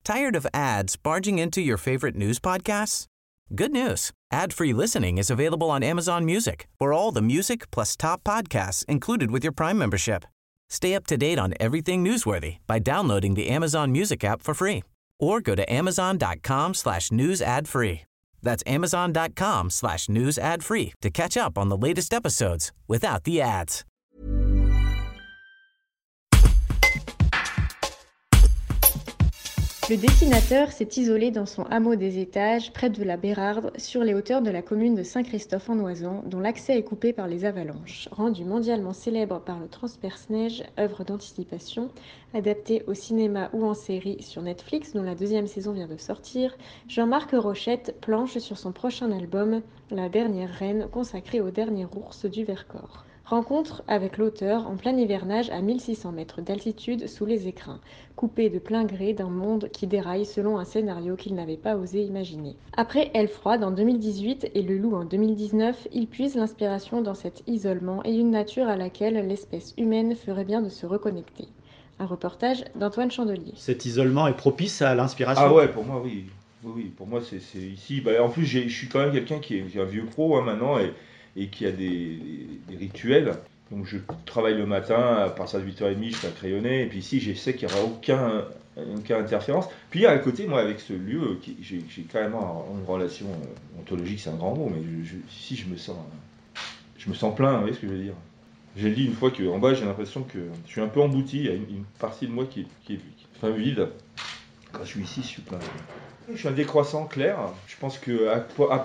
Tired of ads barging into your favorite news podcasts? Good news. Ad-free listening is available on Amazon Music for all the music plus top podcasts included with your Prime membership. Stay up to date on everything newsworthy by downloading the Amazon Music app for free or go to amazon.com/news ad free. That's amazon.com/news ad free to catch up on the latest episodes without the ads. Le dessinateur s'est isolé dans son hameau des Étages, près de la Bérarde, sur les hauteurs de la commune de Saint-Christophe-en-Oisans, dont l'accès est coupé par les avalanches. Rendu mondialement célèbre par le Transperce-Neige, œuvre d'anticipation, adaptée au cinéma ou en série sur Netflix, dont la 2e saison vient de sortir, Jean-Marc Rochette planche sur son prochain album, La Dernière Reine, consacré au dernier ours du Vercors. Rencontre avec l'auteur en plein hivernage à 1600 mètres d'altitude sous les écrins, coupé de plein gré d'un monde qui déraille selon un scénario qu'il n'avait pas osé imaginer. Après Elle froide en 2018 et Le Loup en 2019, il puise l'inspiration dans cet isolement et une nature à laquelle l'espèce humaine ferait bien de se reconnecter. Un reportage d'Antoine Chandelier. Cet isolement est propice à l'inspiration? Ah ouais, pour moi oui. Oui, pour moi c'est ici. En plus je suis quand même quelqu'un qui est un vieux pro maintenant et qui a des rituels. Donc je travaille le matin, à partir de 8h30, je fais crayonner, et puis ici je sais qu'il n'y aura aucune interférence. Puis à côté, moi avec ce lieu, j'ai carrément une relation ontologique, c'est un grand mot, mais ici je me sens plein, vous voyez ce que je veux dire. J'ai dit une fois qu'en bas j'ai l'impression que je suis un peu embouti, il y a une partie de moi qui est vide. Quand je suis ici, je suis plein. Je suis un décroissant clair. Je pense qu'à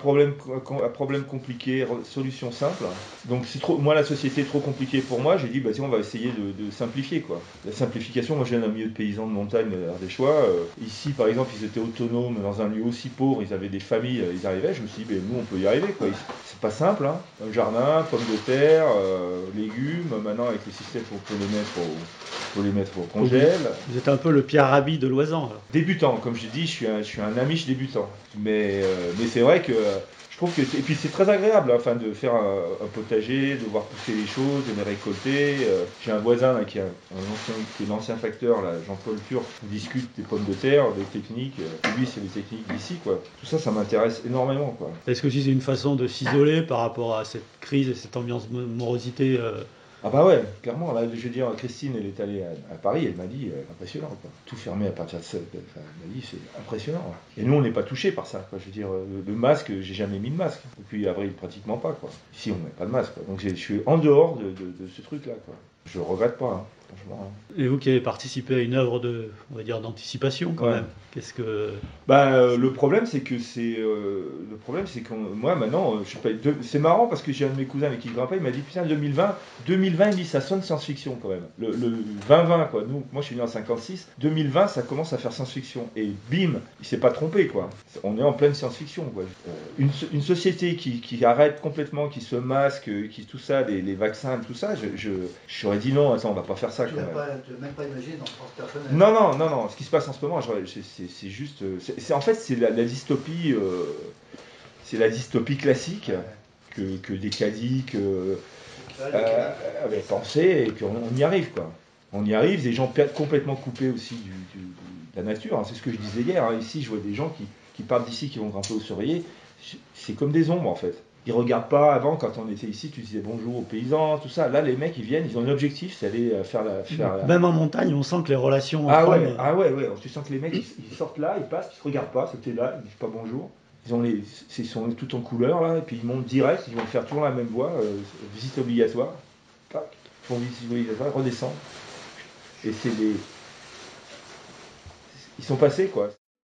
problème compliqué, solution simple. Donc moi la société est trop compliquée pour moi. J'ai dit on va essayer de simplifier quoi. La simplification, moi je viens d'un milieu de paysans de montagne ardéchois. Ici par exemple ils étaient autonomes dans un lieu aussi pauvre, ils avaient des familles, ils arrivaient. Je me suis dit nous on peut y arriver quoi. C'est pas simple hein. Un jardin, pommes de terre, légumes. Maintenant avec les systèmes faut les mettre au congèle. Vous êtes un peu le Pierre Rabhi de l'Oisan. Débutant, comme je dis, je suis un amiche débutant. Mais c'est vrai que je trouve que et puis c'est très agréable de faire un potager, de voir pousser les choses, de les récolter. J'ai un voisin là, qui est l'ancien facteur, là, Jean-Paul Turc, on discute des pommes de terre, des techniques. Lui, c'est les techniques d'ici, quoi. Tout ça m'intéresse énormément, quoi. Est-ce que c'est une façon de s'isoler par rapport à cette crise et cette ambiance morosité Ah bah ouais, clairement, là, je veux dire, Christine, elle est allée à Paris, elle m'a dit, impressionnant, quoi. Tout fermé à partir de ça, elle m'a dit, c'est impressionnant. Et nous, on n'est pas touchés par ça, quoi. Je veux dire, le masque, j'ai jamais mis de masque. Depuis avril, pratiquement pas, quoi. Ici, on met pas de masque, quoi. Donc je suis en dehors de ce truc-là, quoi. Je regrette pas, hein, franchement. Et vous qui avez participé à une œuvre d'anticipation, quand même, qu'est-ce que... Le problème, c'est que moi, maintenant, c'est marrant parce que j'ai un de mes cousins avec qui je grimpais, il m'a dit, putain, 2020, il dit, ça sonne science-fiction, quand même. Le 2020, quoi. Moi, je suis né en 56. 2020, ça commence à faire science-fiction. Et bim, il s'est pas trompé, quoi. On est en pleine science-fiction, quoi. Une société qui arrête complètement, qui se masque, qui tout ça, les vaccins, tout ça, j'aurais dit non, attends, on va pas faire ça. Tu n'as même pas imaginé dans le personnel. Non. Ce qui se passe en ce moment, c'est juste. En fait, c'est la dystopie. C'est la dystopie classique que des caddies avaient pensé et qu'on y arrive, quoi. On y arrive, des gens complètement coupés aussi de la nature. Hein. C'est ce que je disais hier. Hein. Ici, je vois des gens qui partent d'ici, qui vont grimper au Surveillé. C'est comme des ombres, en fait. Ils regardent pas. Avant, quand on était ici, tu disais bonjour aux paysans, tout ça. Là, les mecs, ils viennent, ils ont un objectif, c'est aller faire la... Même en montagne, on sent que les relations... Ah ouais. Tu sens que les mecs, ils sortent là, ils passent, ils se regardent pas, c'était là, ils disent pas bonjour. Ils sont tout en couleur, là, et puis ils montent direct, ils vont faire toujours la même voie, visite obligatoire. Tac, ils font visite obligatoire, ils redescendent. Et ils sont passés, quoi.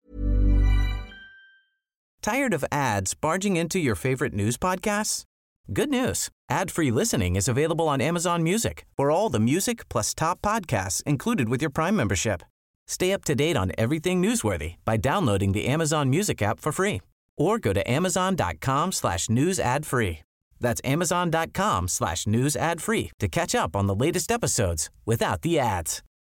Tired of ads barging into your favorite news podcasts? Good news. Ad-free listening is available on Amazon Music for all the music plus top podcasts included with your Prime membership. Stay up to date on everything newsworthy by downloading the Amazon Music app for free or go to amazon.com/news ad free. That's amazon.com/news ad free to catch up on the latest episodes without the ads.